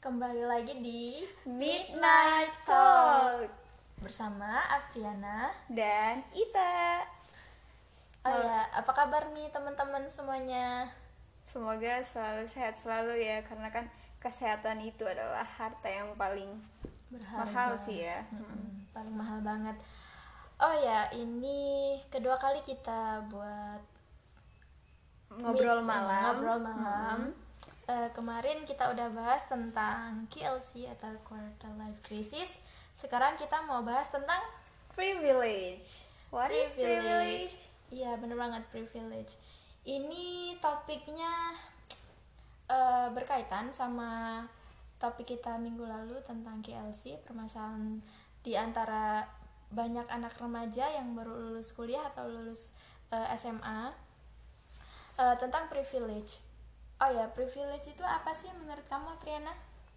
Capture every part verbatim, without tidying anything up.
Kembali lagi di Midnight Talk bersama Apriana dan Ita. Oh ya, apa kabar nih teman-teman semuanya? Semoga selalu sehat selalu ya, karena kan kesehatan itu adalah harta yang paling Berharga. mahal sih ya. Mm-mm, paling mahal banget. Oh ya, ini kedua kali kita buat Ngobrol meet- eh, malam. ngobrol malam. Mm-mm. Eh, kemarin kita udah bahas tentang Q L C atau Quarter Life Crisis. Sekarang kita mau bahas tentang Privilege. What is privilege? Iya, bener banget, privilege. Ini topiknya eh, berkaitan sama topik kita minggu lalu tentang Q L C, permasalahan di antara banyak anak remaja yang baru lulus kuliah atau lulus eh, S M A, eh, tentang privilege. Oh ya, privilege itu apa sih menurut kamu, Apriana?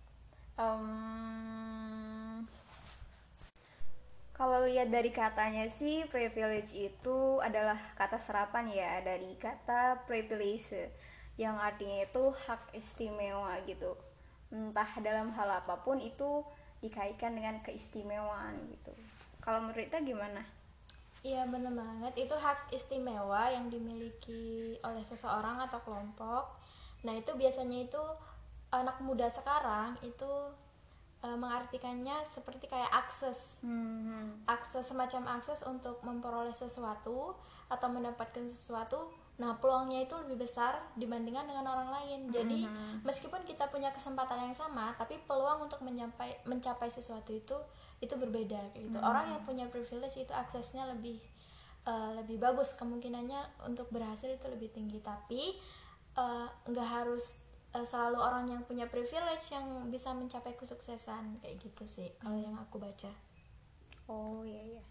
Um, Kalau lihat dari katanya sih, privilege itu adalah kata serapan ya dari kata privilege, yang artinya itu hak istimewa gitu. Entah dalam hal apapun itu dikaitkan dengan keistimewaan gitu. Kalau menurut Ita gimana? Iya, bener banget. Itu hak istimewa yang dimiliki oleh seseorang atau kelompok. Nah, itu biasanya itu anak muda sekarang itu e, mengartikannya seperti kayak akses. Hmm. Akses semacam akses untuk memperoleh sesuatu atau mendapatkan sesuatu. Nah, peluangnya itu lebih besar dibandingkan dengan orang lain. Jadi, Mm-hmm. meskipun kita punya kesempatan yang sama, tapi peluang untuk mencapai mencapai sesuatu itu itu berbeda kayak gitu. Mm-hmm. Orang yang punya privilege itu aksesnya lebih uh, lebih bagus, kemungkinannya untuk berhasil itu lebih tinggi. Tapi uh, nggak harus uh, selalu orang yang punya privilege yang bisa mencapai kesuksesan kayak gitu sih. Kalau Mm-hmm. yang aku baca. Oh iya iya.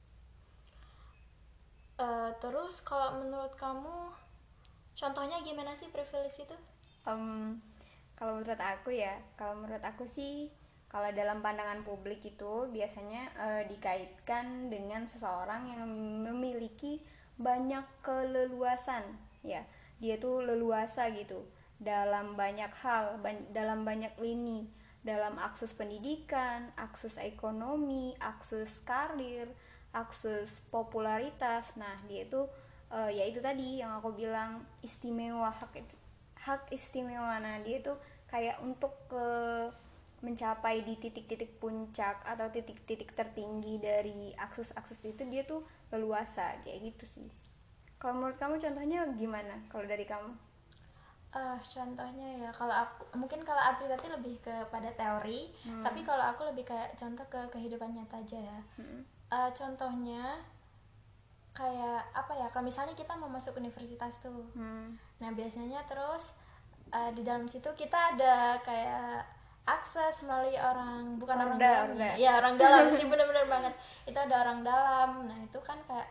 Uh, terus kalau menurut kamu contohnya gimana sih privilege itu? Um, kalau menurut aku ya, kalau menurut aku sih, kalau dalam pandangan publik itu biasanya uh, dikaitkan dengan seseorang yang memiliki banyak keleluasan, ya. Dia tuh leluasa gitu dalam banyak hal, ban- dalam banyak lini, dalam akses pendidikan, akses ekonomi, akses karir, akses popularitas. Nah, dia itu uh, ya itu tadi yang aku bilang istimewa, hak hak istimewa. Nah, dia itu kayak untuk ke mencapai di titik-titik puncak atau titik-titik tertinggi dari akses-akses itu, dia tuh leluasa kayak gitu sih. Kalau menurut kamu contohnya gimana kalau dari kamu? Uh, contohnya ya kalau aku mungkin kalau Apri tadi lebih kepada teori, hmm. tapi kalau aku lebih kayak contoh ke kehidupan nyata aja ya. Hmm. Uh, contohnya kayak apa ya? Kalau misalnya kita mau masuk universitas tuh, hmm. nah biasanya terus uh, di dalam situ kita ada kayak akses melalui orang bukan orda, orang dalam orda. ya, ya orang dalam sih benar-benar banget. Itu ada orang dalam. Nah itu kan kayak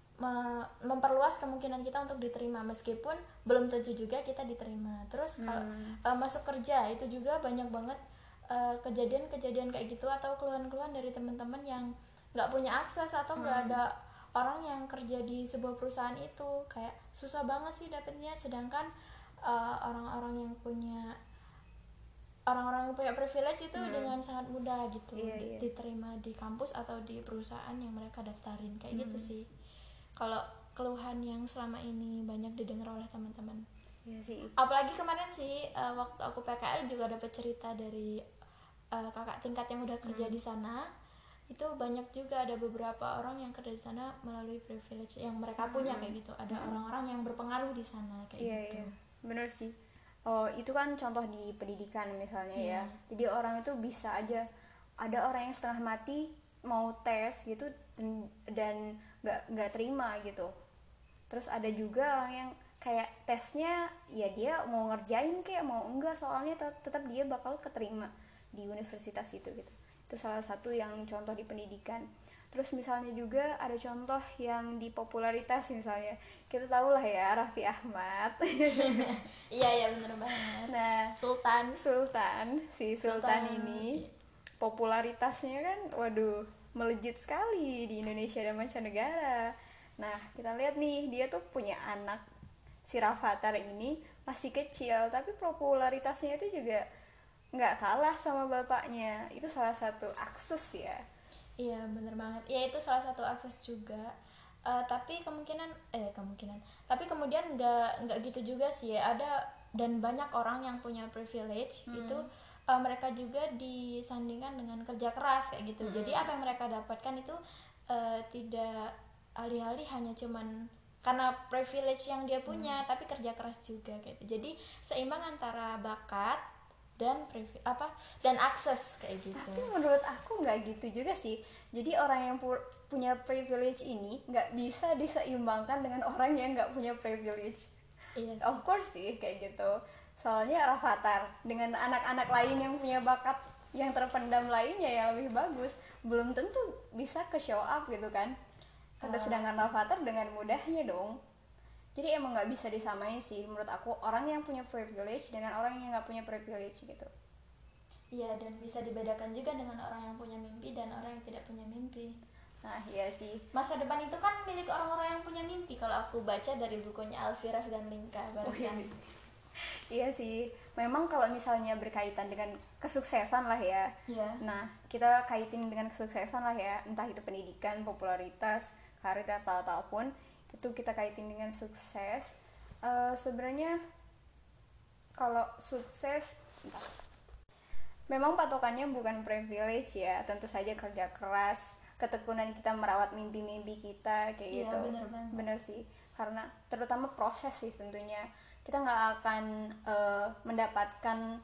memperluas kemungkinan kita untuk diterima, meskipun belum tentu juga kita diterima. Terus kalau hmm. uh, masuk kerja itu juga banyak banget uh, kejadian-kejadian kayak gitu atau keluhan-keluhan dari teman-teman yang nggak punya akses atau nggak hmm. ada orang yang kerja di sebuah perusahaan itu, kayak susah banget sih dapetnya. Sedangkan uh, orang-orang yang punya orang-orang yang punya privilege itu hmm. dengan sangat mudah gitu yeah, yeah. diterima di kampus atau di perusahaan yang mereka daftarin kayak hmm. gitu sih. Kalau keluhan yang selama ini banyak didengar oleh teman-teman. Ya sih. Apalagi kemarin sih uh, waktu aku P K L juga dapat cerita dari uh, kakak tingkat yang udah kerja hmm. di sana. Itu banyak juga ada beberapa orang yang kerja di sana melalui privilege yang mereka hmm. punya kayak gitu. Ada hmm. orang-orang yang berpengaruh di sana kayak yeah, gitu. Yeah. Bener sih. Oh, itu kan contoh di pendidikan misalnya yeah. ya. Jadi orang itu bisa aja ada orang yang setengah mati mau tes gitu dan nggak nggak terima gitu. Terus ada juga orang yang kayak tesnya ya dia mau ngerjain kayak mau enggak, soalnya tet- tetap dia bakal keterima di universitas itu gitu. Itu salah satu yang contoh di pendidikan. Terus misalnya juga ada contoh yang di popularitas, misalnya kita tahu lah ya Raffi Ahmad. Iya ya bener banget. Nah, Sultan Sultan si Sultan, Sultan ini popularitasnya kan waduh melejit sekali di Indonesia dan mancanegara. Nah, kita lihat nih, dia tuh punya anak, si Rafathar ini masih kecil, tapi popularitasnya itu juga nggak kalah sama bapaknya. Itu salah satu akses ya. Iya bener banget, ya itu salah satu akses juga. Uh, tapi kemungkinan eh kemungkinan tapi kemudian nggak nggak gitu juga sih ya. Ada dan banyak orang yang punya privilege hmm. itu uh, mereka juga disandingkan dengan kerja keras kayak gitu. hmm. Jadi apa yang mereka dapatkan itu uh, tidak alih-alih hanya cuman karena privilege yang dia punya, hmm. tapi kerja keras juga gitu. Jadi seimbang antara bakat dan privi, apa dan akses kayak gitu. Tapi menurut aku nggak gitu juga sih. Jadi orang yang pu- punya privilege ini nggak bisa diseimbangkan dengan orang yang nggak punya privilege. Yes. Of course sih kayak gitu. Soalnya Rafathar dengan anak-anak lain yang punya bakat yang terpendam lainnya yang lebih bagus, belum tentu bisa ke show up gitu kan. Karena uh. sedangkan Rafathar dengan mudahnya dong. Jadi emang nggak bisa disamain sih menurut aku orang yang punya privilege dengan orang yang nggak punya privilege gitu. Iya, dan bisa dibedakan juga dengan orang yang punya mimpi dan orang yang tidak punya mimpi. Nah iya sih, masa depan itu kan milik orang-orang yang punya mimpi kalau aku baca dari bukunya Alfira dan Lingka barusan. Oh, iya sih, memang kalau misalnya berkaitan dengan kesuksesan lah ya. Yeah. Nah kita kaitin dengan kesuksesan lah ya, entah itu pendidikan, popularitas, karir atau apapun itu kita kaitin dengan sukses. Uh, sebenarnya kalau sukses entah, memang patokannya bukan privilege ya, tentu saja kerja keras, ketekunan kita merawat mimpi-mimpi kita kayak iya, gitu. Bener, bener sih, karena terutama proses sih tentunya kita nggak akan uh, mendapatkan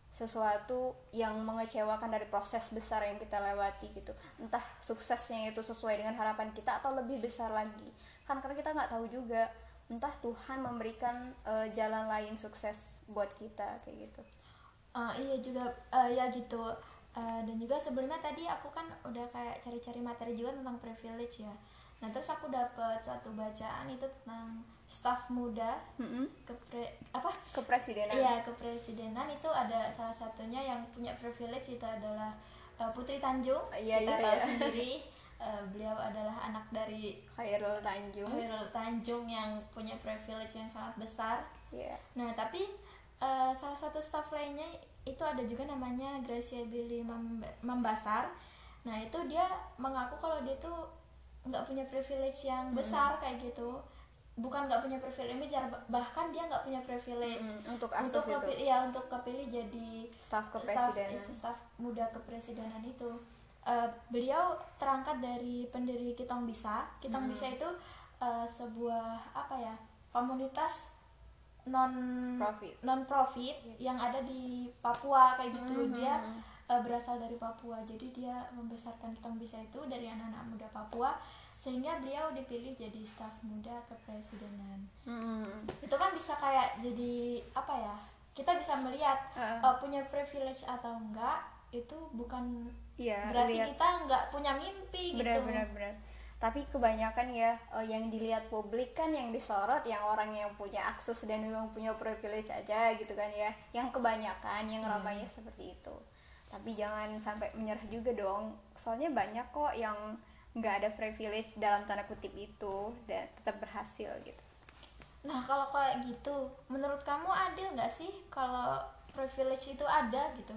sesuatu yang mengecewakan dari proses besar yang kita lewati gitu, entah suksesnya itu sesuai dengan harapan kita atau lebih besar lagi kan, karena kita nggak tahu juga, entah Tuhan memberikan uh, jalan lain sukses buat kita kayak gitu. Uh, iya juga uh, ya gitu. Uh, dan juga sebelumnya tadi aku kan udah kayak cari-cari materi juga tentang privilege ya. Nah terus aku dapet satu bacaan itu tentang staf muda mm-hmm. kepre apa kepresidenan. Iya, kepresidenan itu ada salah satunya yang punya privilege itu adalah uh, Putri Tanjung. Uh, iya, kita iya, tahu iya. sendiri uh, beliau adalah anak dari Khairul Tanjung. Khairul Tanjung yang punya privilege yang sangat besar. Yeah. Nah tapi uh, salah satu staf lainnya itu ada juga namanya Gracia Billy Membasar. Nah itu dia mengaku kalau dia tuh nggak punya privilege yang besar hmm. kayak gitu, bukan nggak punya privilege, bahkan dia nggak punya privilege hmm, untuk untuk itu. kepilih ya untuk kepilih jadi staf kepresidenan, staf, itu, staf muda kepresidenan itu. Uh, beliau terangkat dari pendiri Kitong Bisa. Kitong hmm. Bisa itu uh, sebuah apa ya komunitas non profit non profit yang ada di Papua kayak gitu. hmm. Dia uh, berasal dari Papua, jadi dia membesarkan Kitong Bisa itu dari anak-anak muda Papua sehingga beliau dipilih jadi staf muda kepresidenan. hmm. Itu kan bisa kayak jadi apa ya, kita bisa melihat uh. Uh, punya privilege atau enggak itu bukan ya, berarti lihat. Kita enggak punya mimpi benar, gitu. Benar-benar. Tapi kebanyakan ya uh, yang dilihat publik kan yang disorot yang orang yang punya akses dan memang punya privilege aja gitu kan ya, yang kebanyakan yang hmm. ramainya seperti itu. Tapi jangan sampai menyerah juga dong, soalnya banyak kok yang nggak ada privilege dalam tanda kutip itu dan tetap berhasil gitu. Nah kalau kayak gitu, menurut kamu adil nggak sih kalau privilege itu ada gitu?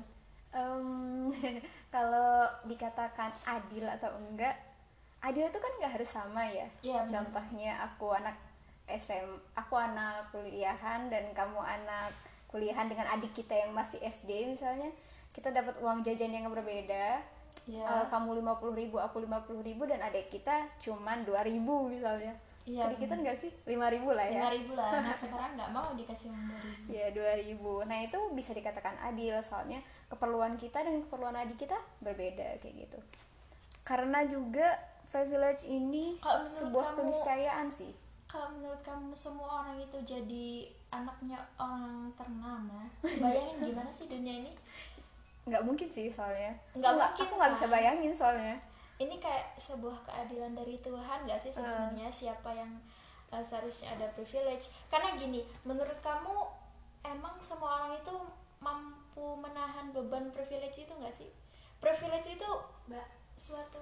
Um, kalau dikatakan adil atau enggak, adil itu kan nggak harus sama ya. Ya, contohnya aku anak S M, aku anak kuliahan dan kamu anak kuliahan dengan adik kita yang masih S D misalnya, kita dapat uang jajan yang berbeda. Ya. Uh, kamu lima puluh ribu, aku lima puluh ribu, dan adik kita cuman dua ribu misalnya. Iya. Kedikitan nggak sih? lima ribu lah ya. lima ribu lah. Nah sekarang nggak mau dikasih uang dua ribu. Ya dua ribu. Nah itu bisa dikatakan adil, soalnya keperluan kita dan keperluan adik kita berbeda kayak gitu. Karena juga privilege ini sebuah kamu, keniscayaan sih. Kalau menurut kamu semua orang itu jadi anaknya orang ternama, bayangin gimana sih dunia ini? Nggak mungkin sih soalnya. Nggak aku mungkin. Aku nggak bisa bayangin soalnya. Ini kayak sebuah keadilan dari Tuhan nggak sih sebenarnya, uh. siapa yang uh, seharusnya ada privilege? Karena gini, menurut kamu emang semua orang itu mampu menahan beban privilege itu nggak sih? Privilege itu mbak suatu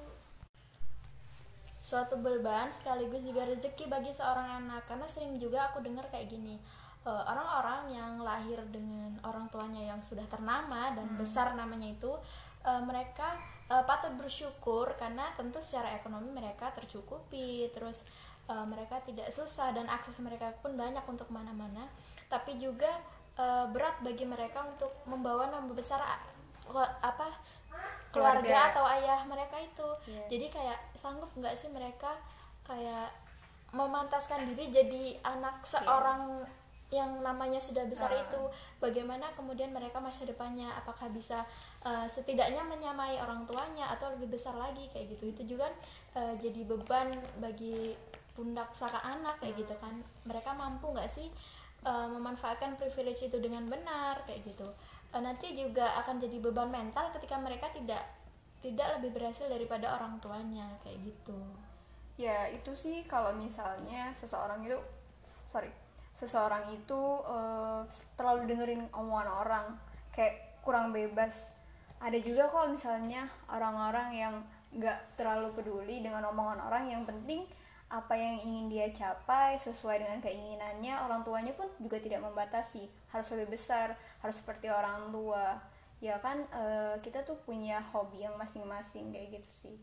suatu beban sekaligus juga rezeki bagi seorang anak. Karena sering juga aku dengar kayak gini, uh, orang-orang yang lahir dengan orang tuanya yang sudah ternama dan hmm. besar namanya itu, uh, mereka uh, patut bersyukur karena tentu secara ekonomi mereka tercukupi, terus uh, mereka tidak susah dan akses mereka pun banyak untuk mana-mana. Tapi juga uh, berat bagi mereka untuk membawa nama besar uh, apa keluarga, keluarga atau ayah mereka itu. Yeah. Jadi kayak sanggup nggak sih mereka kayak memantaskan diri jadi anak seorang yeah. yang namanya sudah besar uh. itu. Bagaimana kemudian mereka masa depannya, apakah bisa uh, setidaknya menyamai orang tuanya atau lebih besar lagi kayak gitu. Itu juga uh, jadi beban bagi pundak sang anak kayak hmm. gitu kan. Mereka mampu nggak sih uh, memanfaatkan privilege itu dengan benar kayak gitu. Nanti juga akan jadi beban mental ketika mereka tidak tidak lebih berhasil daripada orang tuanya kayak gitu. Ya itu sih kalau misalnya seseorang itu sorry seseorang itu uh, terlalu dengerin omongan orang, kayak kurang bebas. Ada juga kok misalnya orang-orang yang nggak terlalu peduli dengan omongan orang, yang penting apa yang ingin dia capai sesuai dengan keinginannya. Orang tuanya pun juga tidak membatasi, harus lebih besar, harus seperti orang tua. Ya kan, e, kita tuh punya hobi yang masing-masing kayak gitu sih.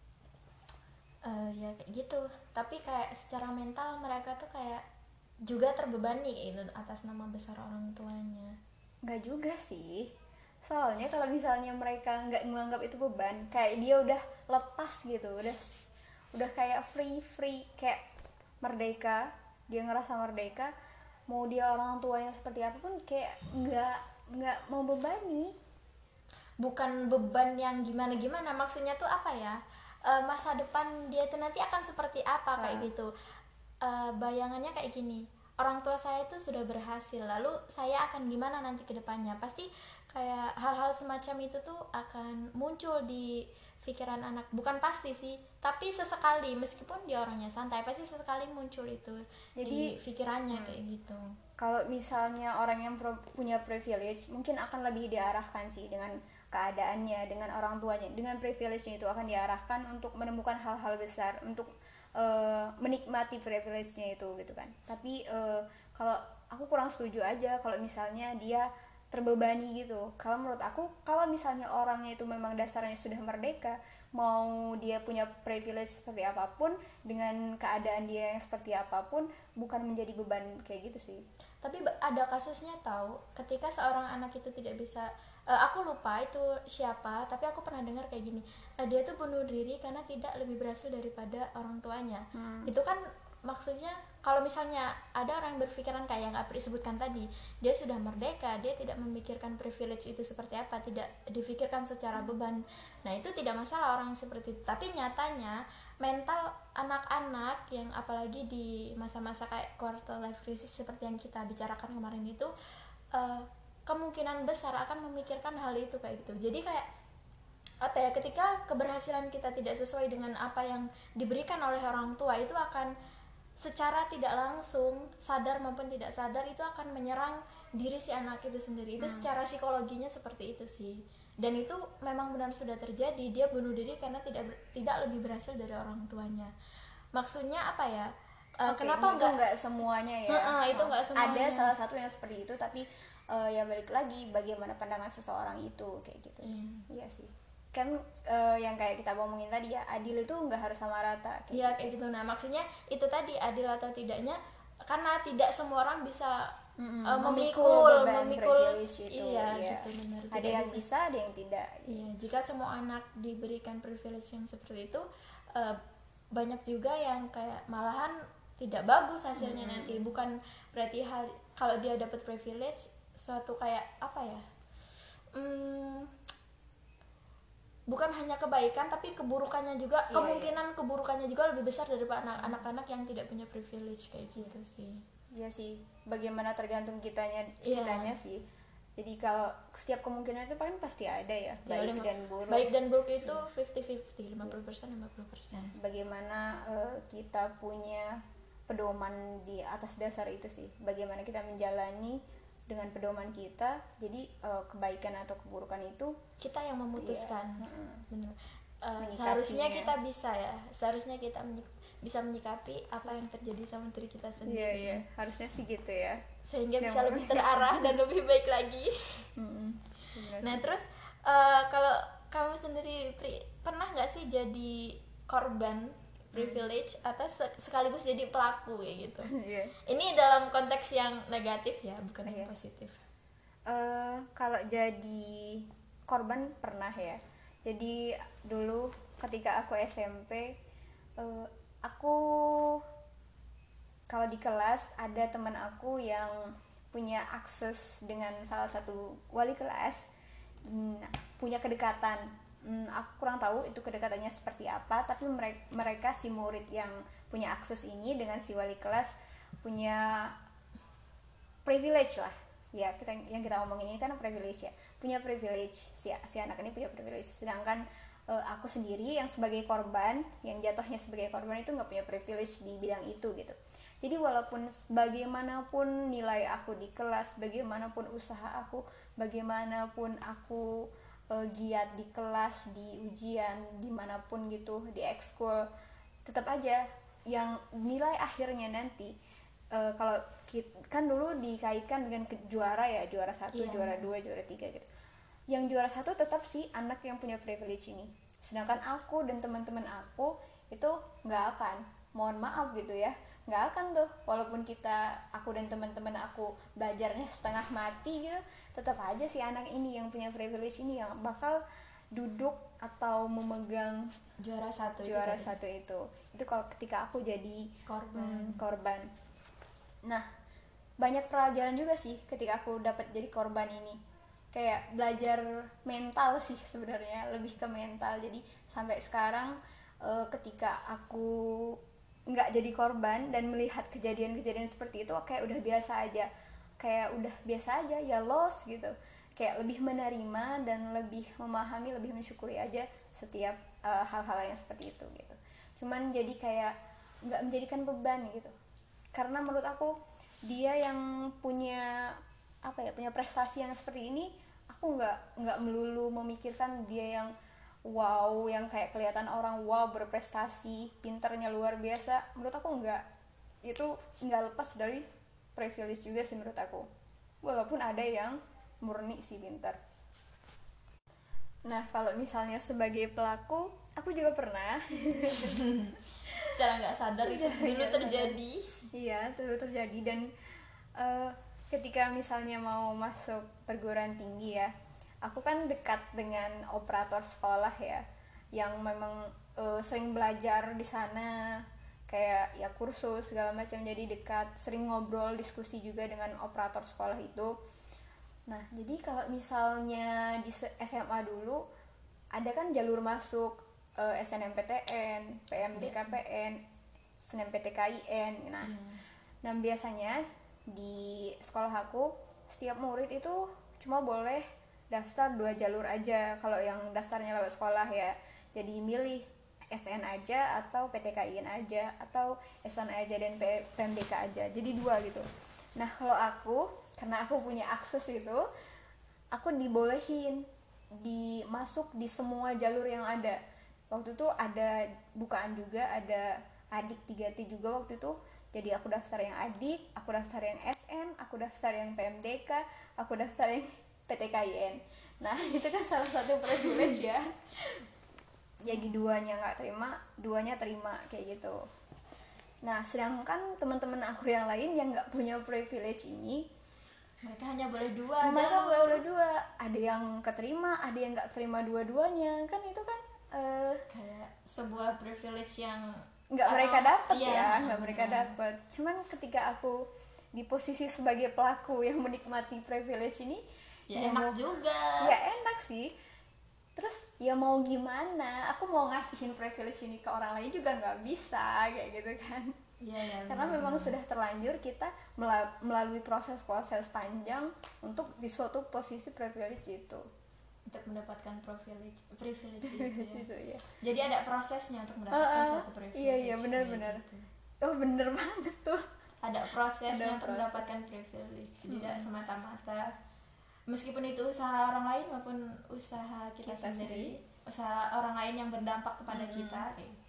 Uh, ya kayak gitu. Tapi kayak secara mental mereka tuh kayak juga terbebani gitu atas nama besar orang tuanya. Nggak juga sih. Soalnya kalau misalnya mereka nggak menganggap itu beban, kayak dia udah lepas gitu, udah udah kayak free free kayak merdeka, dia ngerasa merdeka, mau dia orang tuanya seperti apapun kayak nggak nggak mau bebani. Bukan beban yang gimana gimana, maksudnya tuh apa ya, e, masa depan dia tuh nanti akan seperti apa kayak hmm. gitu. E, bayangannya kayak gini, orang tua saya itu sudah berhasil, lalu saya akan gimana nanti ke depannya. Pasti kayak hal-hal semacam itu tuh akan muncul di pikiran anak. Bukan pasti sih, tapi sesekali, meskipun dia orangnya santai, pasti sesekali muncul itu jadi di pikirannya hmm. kayak gitu. Kalau misalnya orang yang pro- punya privilege mungkin akan lebih diarahkan sih dengan keadaannya, dengan orang tuanya, dengan privilege-nya itu akan diarahkan untuk menemukan hal-hal besar, untuk uh, menikmati privilege-nya itu gitu kan. Tapi uh, kalau aku kurang setuju aja kalau misalnya dia terbebani gitu. Kalau menurut aku, kalau misalnya orangnya itu memang dasarnya sudah merdeka, mau dia punya privilege seperti apapun, dengan keadaan dia yang seperti apapun, bukan menjadi beban kayak gitu sih. Tapi ada kasusnya tahu, ketika seorang anak itu tidak bisa, uh, aku lupa itu siapa, tapi aku pernah dengar kayak gini, uh, dia tuh bunuh diri karena tidak lebih berhasil daripada orang tuanya. Hmm. Itu kan maksudnya kalau misalnya ada orang yang berpikiran kayak yang Apri sebutkan tadi, dia sudah merdeka, dia tidak memikirkan privilege itu seperti apa, tidak difikirkan secara beban. Nah itu tidak masalah orang seperti itu. Tapi nyatanya mental anak-anak yang apalagi di masa-masa kayak quarter life crisis seperti yang kita bicarakan kemarin itu, uh, kemungkinan besar akan memikirkan hal itu kayak gitu. Jadi kayak apa ya, ketika keberhasilan kita tidak sesuai dengan apa yang diberikan oleh orang tua, itu akan secara tidak langsung, sadar maupun tidak sadar, itu akan menyerang diri si anak itu sendiri. Itu hmm. secara psikologinya seperti itu sih. Dan itu memang benar sudah terjadi, dia bunuh diri karena tidak tidak lebih berhasil dari orang tuanya. Maksudnya apa ya? Uh, okay, kenapa enggak enggak semuanya ya? Uh, uh, itu enggak semuanya. Ada salah satu yang seperti itu, tapi uh, ya balik lagi bagaimana pandangan seseorang itu kayak gitu. Hmm. Iya sih. Kan uh, yang kayak kita ngomongin tadi ya, adil itu nggak harus sama rata. Iya kayak gitu. Nah maksudnya itu tadi adil atau tidaknya, karena tidak semua orang bisa mm-hmm. uh, memikul beban memikul privilege itu. Iya, iya. Gitu benar. Ada tidak yang bisa. bisa, ada yang tidak. Iya, jika semua anak diberikan privilege yang seperti itu, uh, banyak juga yang kayak malahan tidak bagus hasilnya mm-hmm. nanti. Bukan berarti hal kalau dia dapat privilege suatu kayak apa ya? Hmm, bukan hanya kebaikan tapi keburukannya juga, iya, kemungkinan iya. keburukannya juga lebih besar daripada anak- anak-anak yang tidak punya privilege kayak gitu sih. Iya sih, bagaimana tergantung kitanya yeah. kitanya sih. Jadi kalau setiap kemungkinan itu paling pasti ada ya, baik ya, lima, dan buruk. Baik dan buruk itu fifty fifty, lima puluh persen lima puluh persen. Bagaimana uh, kita punya pedoman di atas dasar itu sih. Bagaimana kita menjalani dengan pedoman kita, jadi uh, kebaikan atau keburukan itu kita yang memutuskan. Iya. Benar. Uh, seharusnya kita bisa ya, seharusnya kita bisa menyikapi apa yang terjadi sama diri kita sendiri. Iya iya, harusnya sih gitu ya. Sehingga Yang bisa lebih mana- terarah dan lebih baik lagi. Mm-mm. Benar Nah sih. terus eh, kalau kamu sendiri Pri, pernah nggak sih jadi korban privilege atau se- sekaligus jadi pelaku kayak gitu? Iya. Ini dalam konteks yang negatif ya, bukan yang Iya. positif. Eh, kalau jadi korban pernah ya. Jadi dulu ketika aku S M P, eh, aku kalau di kelas ada teman aku yang punya akses dengan salah satu wali kelas, hmm, punya kedekatan. Hmm, aku kurang tahu itu kedekatannya seperti apa, tapi mereka, mereka si murid yang punya akses ini dengan si wali kelas punya privilege lah ya, kita yang kita omongin ini kan privilege ya, punya privilege, si si anak ini punya privilege, sedangkan uh, aku sendiri yang sebagai korban, yang jatuhnya sebagai korban itu nggak punya privilege di bidang itu gitu. Jadi walaupun bagaimanapun nilai aku di kelas, bagaimanapun usaha aku, bagaimanapun aku uh, giat di kelas, di ujian, dimanapun gitu, di ekskul, tetap aja yang nilai akhirnya nanti uh, kalau kita, kan dulu dikaitkan dengan ke, juara ya, juara satu, Iya. juara dua, juara tiga gitu. Yang juara satu tetap sih anak yang punya privilege ini, sedangkan aku dan teman-teman aku itu nggak akan, mohon maaf gitu ya, nggak akan tuh, walaupun kita, aku dan teman-teman aku belajarnya setengah mati gitu, tetap aja si anak ini yang punya privilege ini yang bakal duduk atau memegang Juara satu itu juara tadi. satu itu itu kalau ketika aku jadi Korban. hmm, korban. Nah, banyak pelajaran juga sih ketika aku dapat jadi korban ini, kayak belajar mental sih sebenarnya, lebih ke mental. Jadi sampai sekarang e, ketika aku nggak jadi korban dan melihat kejadian-kejadian seperti itu, kayak udah biasa aja, kayak udah biasa aja ya, loss gitu, kayak lebih menerima dan lebih memahami, lebih mensyukuri aja setiap uh, hal-hal yang seperti itu gitu. Cuman jadi kayak nggak menjadikan beban gitu, karena menurut aku dia yang punya apa ya, punya prestasi yang seperti ini, aku nggak nggak melulu memikirkan dia yang wow, yang kayak kelihatan orang wow berprestasi, pinternya luar biasa. Menurut aku nggak, itu nggak lepas dari privilege juga sih menurut aku, walaupun ada yang murni sih pintar. Nah, kalau misalnya sebagai pelaku, aku juga pernah Secara nggak sadar itu Secara dulu nggak terjadi. iya, dulu terjadi. Dan uh, ketika misalnya mau masuk perguruan tinggi ya, aku kan dekat dengan operator sekolah ya, yang memang uh, sering belajar di sana, kayak ya kursus segala macam, jadi dekat, sering ngobrol, diskusi juga dengan operator sekolah itu. Nah, jadi kalau misalnya di S M A dulu ada kan jalur masuk uh, S N M P T N, P M D K P N, S N M P T K I N. Nah, Hmm. nah biasanya di sekolah aku setiap murid itu cuma boleh daftar dua jalur aja kalau yang daftarnya lewat sekolah ya. Jadi milih S N aja atau P T K I N aja atau S N aja dan P M D K aja. Jadi dua gitu. Nah, kalau aku, karena aku punya akses itu, aku dibolehin dimasuk di semua jalur yang ada. Waktu itu ada bukaan juga, ada adik tiga T juga waktu itu. Jadi aku daftar yang adik, aku daftar yang S N, aku daftar yang P M D K, aku daftar yang P T K I N. Nah, itu kan salah satu privilege ya. Jadi duanya nggak terima, duanya terima kayak gitu. Nah, sedangkan teman-teman aku yang lain yang nggak punya privilege ini, Mereka hanya boleh dua. mereka jalur. boleh dua, ada yang keterima, ada yang nggak terima dua-duanya, kan itu kan uh, Kayak sebuah privilege yang nggak atau- mereka dapat iya, ya, nggak mereka benar. dapat. Cuman ketika aku di posisi sebagai pelaku yang menikmati privilege ini, Ya, ya enak mau- juga. ya enak sih. Terus ya mau gimana, aku mau ngasihin privilege ini ke orang lain juga nggak bisa kayak gitu kan. Iya, ya, Karena benar, memang benar. sudah terlanjur kita mela- melalui proses-proses panjang untuk di suatu posisi privilege itu. Untuk mendapatkan privilege privilege itu Privilege ya. itu ya. Jadi ada prosesnya untuk Uh, mendapatkan uh, suatu privilege. iya iya kayak benar-benar. gitu. Oh bener banget tuh. Ada prosesnya Ada untuk proses. mendapatkan privilege. Tidak Hmm. semata-mata meskipun itu usaha orang lain maupun usaha kita, Kita sendiri, sendiri. usaha orang lain yang berdampak kepada Hmm. kita. Kayak gitu.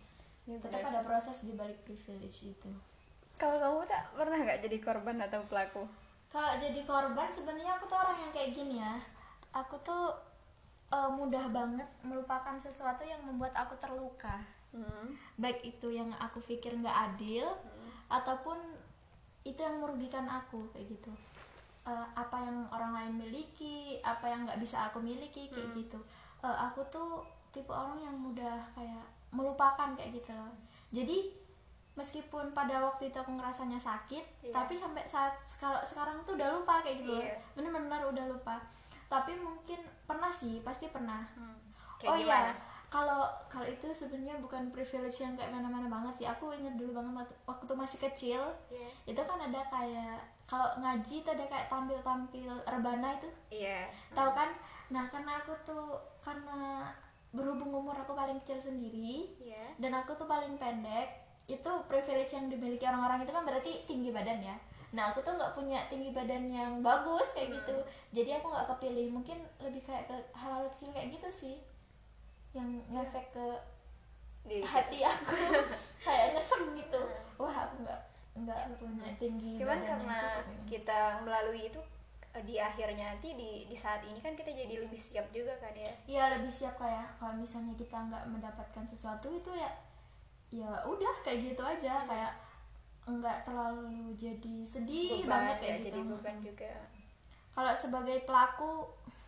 Ya, tetap benar ada sih. proses di balik privilege itu. Kalau kamu tak pernah nggak jadi korban atau pelaku? Kalau jadi korban sebenarnya aku tuh orang yang kayak gini ya, aku tuh uh, mudah banget melupakan sesuatu yang membuat aku terluka, Hmm. baik itu yang aku pikir nggak adil hmm. ataupun itu yang merugikan aku kayak gitu. Uh, apa yang orang lain miliki, apa yang nggak bisa aku miliki kayak hmm. gitu. Uh, aku tuh tipe orang yang mudah kayak melupakan kayak gitu loh. Jadi meskipun pada waktu itu aku ngerasanya sakit, yeah. tapi sampai saat kalau sekarang tuh udah lupa kayak gitu, yeah. bener-bener udah lupa. Tapi mungkin pernah sih, pasti pernah. Hmm. Oh iya, kalau kalau itu sebenarnya bukan privilege yang kayak mana-mana banget sih. Aku inget dulu banget waktu masih kecil, yeah. itu kan ada kayak kalau ngaji tuh ada kayak tampil-tampil rebana itu, yeah. tahu kan? Nah karena aku tuh karena berhubung umur aku paling kecil sendiri, yeah. dan aku tuh paling pendek. Itu privilege yang dimiliki orang-orang itu kan berarti tinggi badan ya. Nah aku tuh nggak punya tinggi badan yang bagus kayak hmm. gitu, jadi aku nggak kepilih. Mungkin lebih kayak ke hal-hal kecil kayak gitu sih yang ngefek ke di hati aku kayak nyesek gitu. Wah aku nggak nggak punya tinggi cuman badan karena yang cukup, ya. Kita melalui itu di akhirnya nanti di di saat ini kan kita jadi lebih siap juga kan ya. Iya lebih siap kayak kalau misalnya kita nggak mendapatkan sesuatu itu ya ya udah kayak gitu aja, kayak enggak terlalu jadi sedih beban, banget kayak ya, gitu. Jadi beban juga. Kalau sebagai pelaku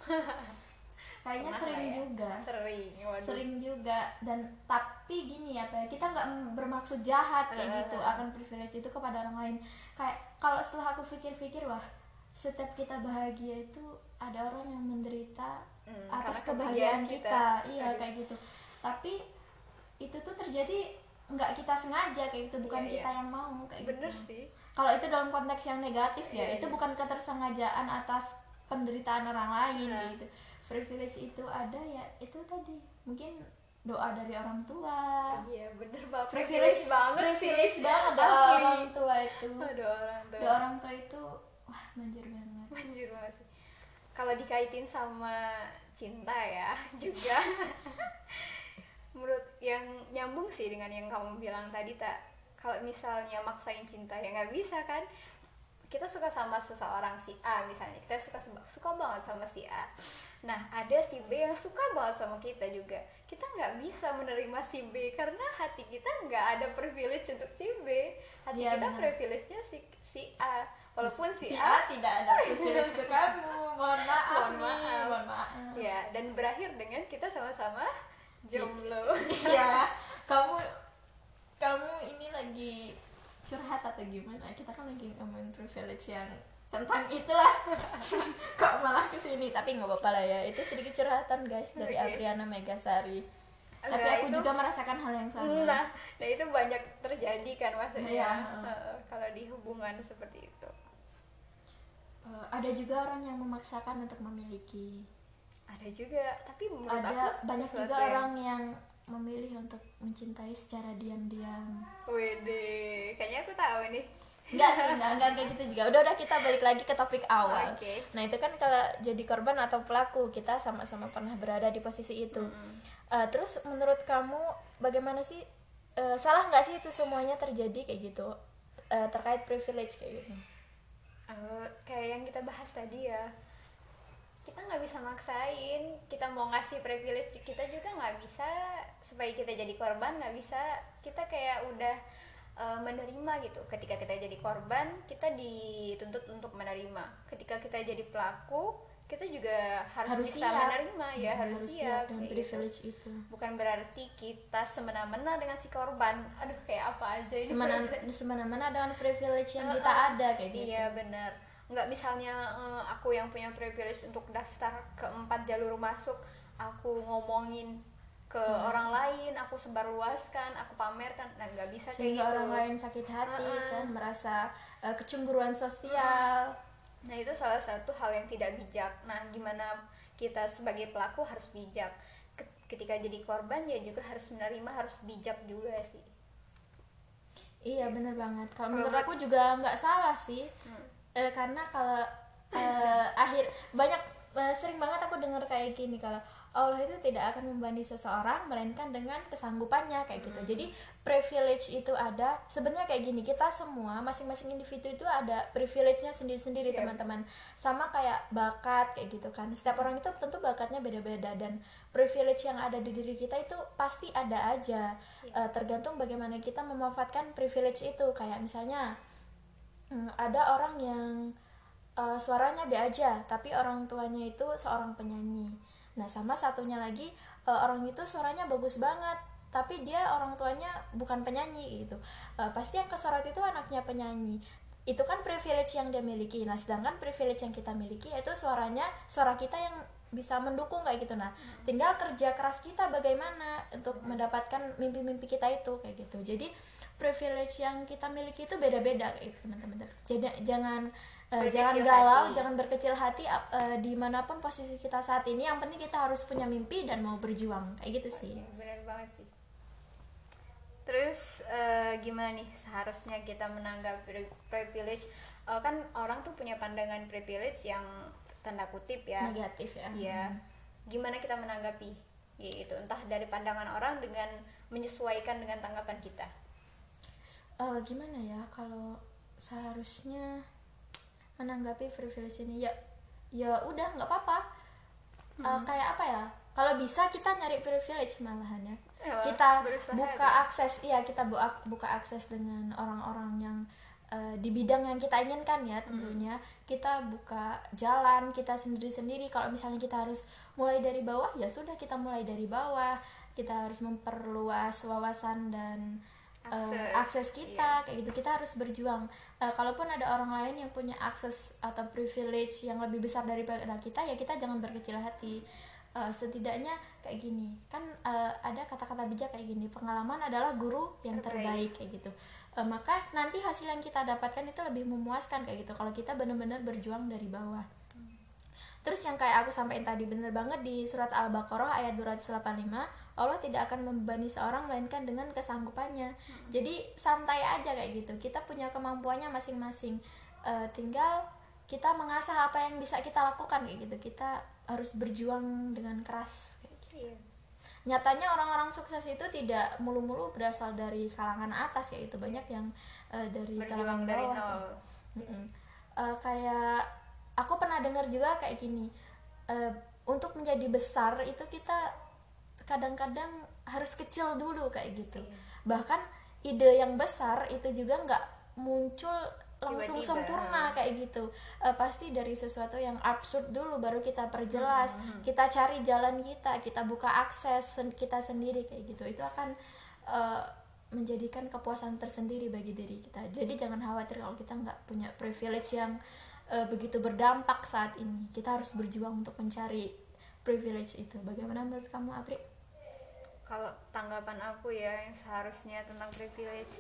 kayaknya sering ya? juga. Sering. Waduh. Sering juga dan tapi gini ya, Pak, kita nggak bermaksud jahat kayak uh. gitu akan privilege itu kepada orang lain. Kayak kalau setelah aku pikir-pikir, wah, setiap kita bahagia itu ada orang yang menderita hmm, atas kebahagiaan kita. kita. Iya, Aduh. kayak gitu. Tapi itu tuh terjadi nggak kita sengaja kayak gitu, bukan yeah, kita yeah. yang mau kayak bener gitu. Sih. Kalau itu dalam konteks yang negatif ya, yeah, itu yeah. bukan ketersengajaan atas penderitaan orang lain yeah. gitu. Privilege itu ada ya itu tadi mungkin doa dari orang tua. Iya yeah, bener banget. Privilege banget privilege sih. banget doa Asli. orang tua itu. Doa orang tua. Doa orang tua itu wah manjur banget. Manjur banget sih. Kalau dikaitin sama cinta ya juga. Menurut yang nyambung sih dengan yang kamu bilang tadi tak, kalau misalnya maksain cinta ya nggak bisa kan. Kita suka sama seseorang si A misalnya, kita suka suka banget sama si A. Nah ada si B yang suka banget sama kita juga, kita nggak bisa menerima si B karena hati kita nggak ada privilege untuk si B. Hati ya, kita privilege-nya si si A, walaupun si, si A, A tidak ada privilege ke kamu. Mohon maaf mohon maaf. nih, mohon maaf. Ya dan berakhir dengan kita sama-sama jomblo. Iya, kamu kamu ini lagi curhat atau gimana? Kita kan lagi ngomongin privilege yang tentang itulah. Kok malah kesini? Tapi nggak apa-apa lah ya. Itu sedikit curhatan guys dari okay. Apriana Megasari. Nah, tapi aku itu, juga merasakan hal yang sama. Nah, nah itu banyak terjadi kan maksudnya. Ya. Uh, kalau di hubungan seperti itu. Uh, ada juga orang yang memaksakan untuk memiliki. Ada juga, tapi menurut ada aku banyak juga yang... orang yang memilih untuk mencintai secara diam-diam. Wede, kayaknya aku tahu nih. Enggak sih, enggak, enggak kayak gitu juga. Udah udah kita balik lagi ke topik awal. Okay. Nah itu kan kalau jadi korban atau pelaku, kita sama-sama pernah berada di posisi itu. Mm-hmm. Uh, terus menurut kamu bagaimana sih, uh, salah nggak sih itu semuanya terjadi kayak gitu, uh, terkait privilege kayak gitu? Uh, kayak yang kita bahas tadi ya. Kita nggak bisa maksain, kita mau ngasih privilege kita juga nggak bisa supaya kita jadi korban, nggak bisa. Kita kayak udah uh, menerima gitu. Ketika kita jadi korban, kita dituntut untuk menerima. Ketika kita jadi pelaku, kita juga harus, harus bisa siap. menerima ya, ya harus, harus siap, siap dengan privilege gitu. itu. Bukan berarti kita semena-mena dengan si korban. Aduh kayak apa aja ini. Semena, semena-mena dengan privilege yang uh, kita ada kayak gitu. Iya benar. Nggak misalnya uh, aku yang punya privilege untuk daftar ke empat jalur masuk, aku ngomongin ke hmm. orang lain, aku sebarluaskan, aku pamerkan, nah nggak bisa sehingga kayak gitu. Orang lain sakit hati uh-uh. kan, merasa uh, kecemburuan sosial. Nah itu salah satu hal yang tidak bijak. Nah gimana kita sebagai pelaku harus bijak, ketika jadi korban ya juga harus menerima, harus bijak juga sih. Iya benar banget. Kalau menurut aku juga nggak salah sih. Hmm. Eh, karena kalau eh, akhir banyak uh, sering banget aku dengar kayak gini, kalau Allah itu tidak akan membebani seseorang melainkan dengan kesanggupannya kayak gitu. Hmm. Jadi privilege itu ada sebenarnya kayak gini, kita semua masing-masing individu itu ada privilege-nya sendiri-sendiri, yeah, teman-teman. Sama kayak bakat kayak gitu kan. Setiap orang itu tentu bakatnya beda-beda, dan privilege yang ada di diri kita itu pasti ada aja. Yeah. Uh, tergantung bagaimana kita memanfaatkan privilege itu. Kayak misalnya hmm, ada orang yang uh, suaranya B aja tapi orang tuanya itu seorang penyanyi. Nah, sama satunya lagi uh, orang itu suaranya bagus banget tapi dia orang tuanya bukan penyanyi gitu. Uh, pasti yang kesorot itu anaknya penyanyi. Itu kan privilege yang dia miliki. Nah, sedangkan privilege yang kita miliki yaitu suaranya, suara kita yang bisa mendukung kayak gitu. Nah, tinggal kerja keras kita bagaimana untuk mendapatkan mimpi-mimpi kita itu kayak gitu. Jadi privilege yang kita miliki itu beda-beda kayak gitu, teman-teman. Jadi jangan Uh, jangan galau, hati. jangan berkecil hati uh, dimanapun posisi kita saat ini. Yang penting kita harus punya mimpi dan mau berjuang kayak gitu sih. Oke, benar banget sih. Terus uh, gimana nih seharusnya kita menanggapi privilege? Uh, kan orang tuh punya pandangan privilege yang tanda kutip ya negatif ya. Iya. Hmm. Gimana kita menanggapi? Gitu. Entah dari pandangan orang dengan menyesuaikan dengan tanggapan kita. Uh, gimana ya kalau seharusnya menanggapi privilege ini, ya ya udah nggak apa-apa. hmm. uh, kayak apa ya, kalau bisa kita nyari privilege malahannya, ya, kita buka ya. akses iya kita buka buka akses dengan orang-orang yang uh, di bidang yang kita inginkan ya tentunya. hmm. Kita buka jalan kita sendiri-sendiri. Kalau misalnya kita harus mulai dari bawah, ya sudah kita mulai dari bawah. Kita harus memperluas wawasan dan akses, uh, akses kita, iya. kayak gitu. Kita harus berjuang. Uh, kalaupun ada orang lain yang punya akses atau privilege yang lebih besar daripada kita, ya kita jangan berkecil hati. Uh, setidaknya kayak gini kan, uh, ada kata-kata bijak kayak gini, pengalaman adalah guru yang terbaik, terbaik kayak gitu. Uh, maka nanti hasil yang kita dapatkan itu lebih memuaskan kayak gitu kalau kita benar-benar berjuang dari bawah. Terus yang kayak aku sampaikan tadi, bener banget di surat Al-Baqarah ayat dua ratus delapan puluh lima, Allah tidak akan membebani seorang melainkan dengan kesanggupannya. hmm. Jadi santai aja kayak gitu, kita punya kemampuannya masing-masing. uh, tinggal kita mengasah apa yang bisa kita lakukan kayak gitu. Kita harus berjuang dengan keras kayak gitu. yeah. Nyatanya orang-orang sukses itu tidak mulu-mulu berasal dari kalangan atas kayak gitu. Banyak yang uh, dari berjuang kalangan dari bawah nol. hmm. uh, kayak aku pernah dengar juga kayak gini, uh, untuk menjadi besar itu kita kadang-kadang harus kecil dulu kayak gitu. Iya. Bahkan ide yang besar itu juga nggak muncul langsung tiba-tiba sempurna kayak gitu. Uh, pasti dari sesuatu yang absurd dulu baru kita perjelas, hmm. kita cari jalan kita, kita buka akses kita sendiri kayak gitu. Itu akan uh, menjadikan kepuasan tersendiri bagi diri kita. Jadi jangan khawatir kalau kita nggak punya privilege yang Uh, begitu berdampak saat ini. Kita harus berjuang untuk mencari privilege itu. Bagaimana menurut kamu, Apri? Kalau tanggapan aku ya yang seharusnya tentang privilege,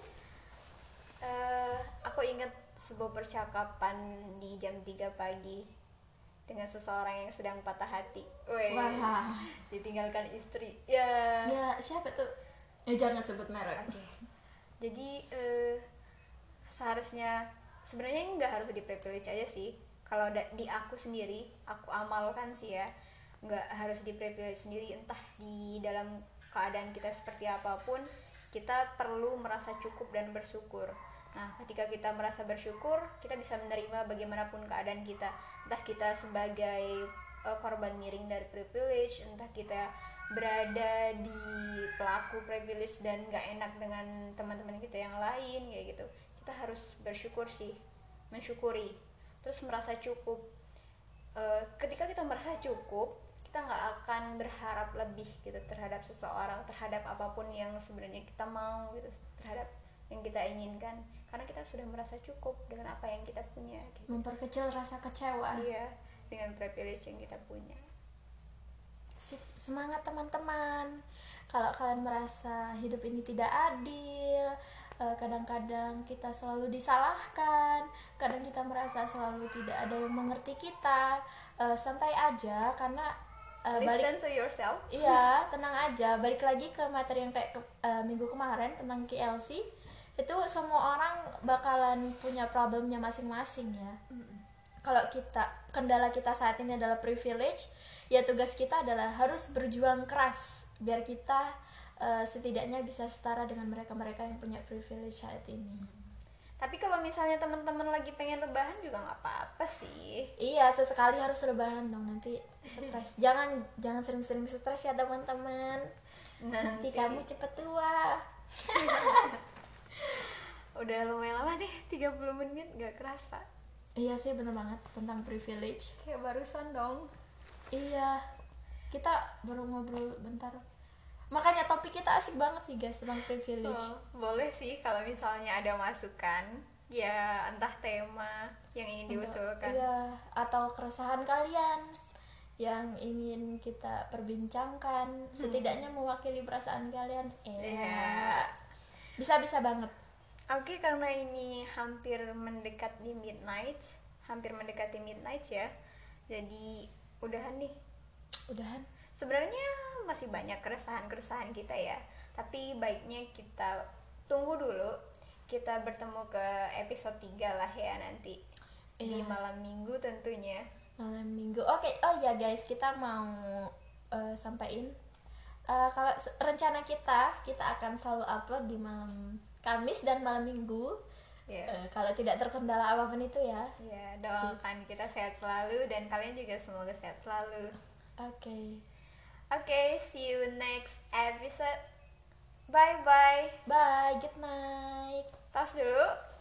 uh, aku ingat sebuah percakapan di jam tiga pagi dengan seseorang yang sedang patah hati. Weh, wah, ditinggalkan istri. Ya. Ya, siapa tuh? Ya jangan sebut merek. Okay. Jadi uh, seharusnya sebenarnya ini nggak harus di privilege aja sih. Kalau di aku sendiri, aku amalkan sih ya, nggak harus di privilege sendiri. Entah di dalam keadaan kita seperti apapun, kita perlu merasa cukup dan bersyukur. Nah, ketika kita merasa bersyukur, kita bisa menerima bagaimanapun keadaan kita. Entah kita sebagai uh, korban miring dari privilege, entah kita berada di pelaku privilege dan nggak enak dengan teman-teman kita yang lain kayak gitu. Kita harus bersyukur sih, mensyukuri, terus merasa cukup. E, ketika kita merasa cukup, kita nggak akan berharap lebih gitu terhadap seseorang, terhadap apapun yang sebenarnya kita mau gitu, terhadap yang kita inginkan, karena kita sudah merasa cukup dengan apa yang kita punya gitu. Memperkecil rasa kecewa. Iya, dengan privilege yang kita punya. Sip, semangat teman-teman. Kalau kalian merasa hidup ini tidak adil, kadang-kadang kita selalu disalahkan, kadang kita merasa selalu tidak ada yang mengerti kita, uh, santai aja karena uh, listen balik, to yourself. Iya, tenang aja. Balik lagi ke materi yang kayak ke, uh, minggu kemarin tentang K L C, itu semua orang bakalan punya problemnya masing-masing ya. Mm-hmm. kalau kita kendala kita saat ini adalah privilege, ya tugas kita adalah harus berjuang keras biar kita uh, setidaknya bisa setara dengan mereka-mereka yang punya privilege saat ini. Tapi kalau misalnya teman-teman lagi pengen rebahan juga nggak apa-apa sih. Iya, sesekali harus rebahan dong, nanti stres. jangan jangan sering-sering stres ya teman-teman. Nanti, nanti kamu cepet tua. Udah lumayan lama nih, tiga puluh menit gak kerasa. Iya sih, bener banget tentang privilege. Kayak barusan dong. Iya, kita baru ngobrol bentar. Makanya topik kita asik banget sih guys tentang privilege. Oh, boleh sih kalau misalnya ada masukan, ya entah tema yang ingin diusulkan. Iya, atau keresahan kalian yang ingin kita perbincangkan, hmm. setidaknya mewakili perasaan kalian. Iya. Yeah. Bisa-bisa banget. Oke, okay, karena ini hampir mendekat di midnight, hampir mendekati midnight ya. Jadi udahan nih. Udahan. Sebenarnya masih banyak keresahan-keresahan kita ya. Tapi baiknya kita tunggu dulu. Kita bertemu ke episode tiga lah ya nanti. Iya. Di malam minggu tentunya. Malam minggu. Oke, okay. Oh ya guys, kita mau uh, sampaikan uh, kalau rencana kita, kita akan selalu upload di malam Kamis dan malam Minggu. Yeah. Uh, kalau tidak terkendala apapun itu ya. Ya, yeah, doakan kita sehat selalu dan kalian juga semoga sehat selalu. Oke. Okay. Oke, okay, see you next episode. Bye bye. Bye, good night. Tos dulu.